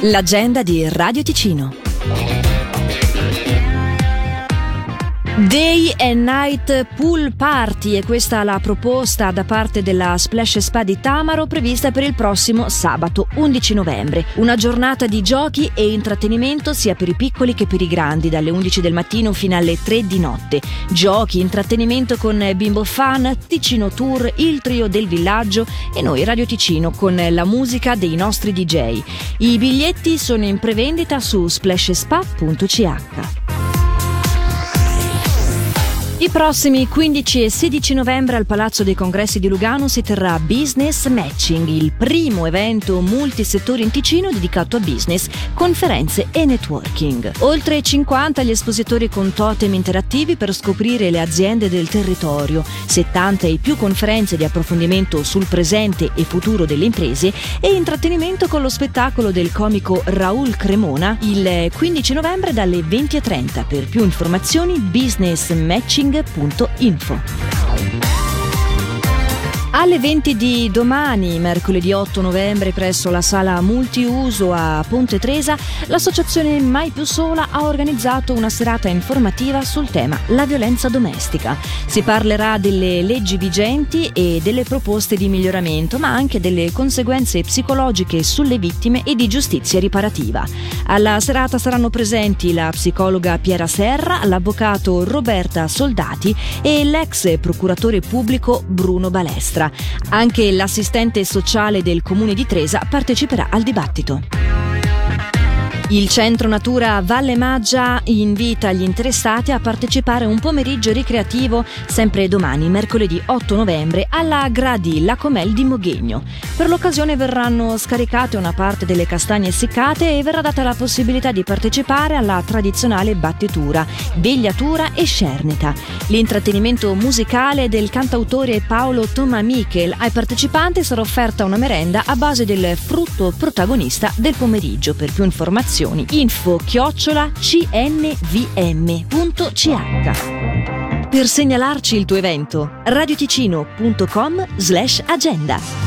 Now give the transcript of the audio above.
L'agenda di Radio Ticino. Day and Night Pool Party, e questa la proposta da parte della Splash Spa di Tamaro, prevista per il prossimo sabato 11 novembre. Una giornata di giochi e intrattenimento sia per i piccoli che per i grandi, dalle 11 del mattino fino alle 3 di notte. Giochi, intrattenimento con Bimbo Fun, Ticino Tour, il trio del villaggio e noi Radio Ticino con la musica dei nostri DJ. I biglietti sono in prevendita su splashspa.ch. I prossimi 15 e 16 novembre al Palazzo dei Congressi di Lugano si terrà Business Matching, il primo evento multisettore in Ticino dedicato a business, conferenze e networking. Oltre 50 gli espositori con totem interattivi per scoprire le aziende del territorio, 70 e più conferenze di approfondimento sul presente e futuro delle imprese e intrattenimento con lo spettacolo del comico Raul Cremona il 15 novembre dalle 20:30. Per più informazioni businessmatching.info. Alle 20 di domani, mercoledì 8 novembre, presso la sala multiuso a Ponte Tresa, l'associazione Mai Più Sola ha organizzato una serata informativa sul tema la violenza domestica. Si parlerà delle leggi vigenti e delle proposte di miglioramento, ma anche delle conseguenze psicologiche sulle vittime e di giustizia riparativa. Alla serata saranno presenti la psicologa Piera Serra, l'avvocato Roberta Soldati e l'ex procuratore pubblico Bruno Balestra. Anche l'assistente sociale del comune di Tresa parteciperà al dibattito. Il Centro Natura Valle Maggia invita gli interessati a partecipare a un pomeriggio ricreativo sempre domani, mercoledì 8 novembre, alla Gradi Lacomel di Moghegno. Per l'occasione verranno scaricate una parte delle castagne essiccate e verrà data la possibilità di partecipare alla tradizionale battitura, vegliatura e scernita. L'intrattenimento musicale del cantautore Paolo Tomamichel. Ai partecipanti sarà offerta una merenda a base del frutto protagonista del pomeriggio. Per più informazioni info@cnvm.ch. Per segnalarci il tuo evento radioticino.com/agenda.